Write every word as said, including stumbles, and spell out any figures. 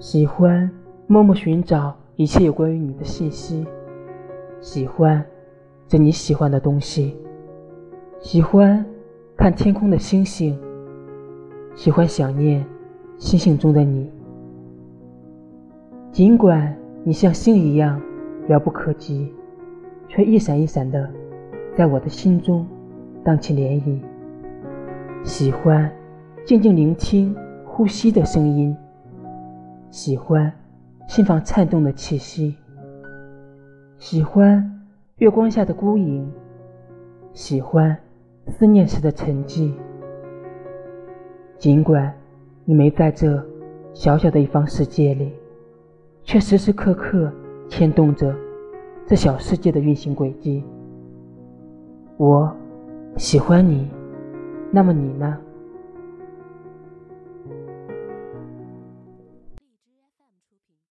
喜欢默默寻找一切有关于你的信息，喜欢着你喜欢的东西，喜欢看天空的星星，喜欢想念星星中的你。尽管你像星一样遥不可及，却一闪一闪的在我的心中荡起涟漪。喜欢静静聆听呼吸的声音，喜欢心房颤动的气息，喜欢月光下的孤影，喜欢思念时的沉寂。尽管你没在这小小的一方世界里，却时时刻刻牵动着这小世界的运行轨迹。我喜欢你，那么你呢？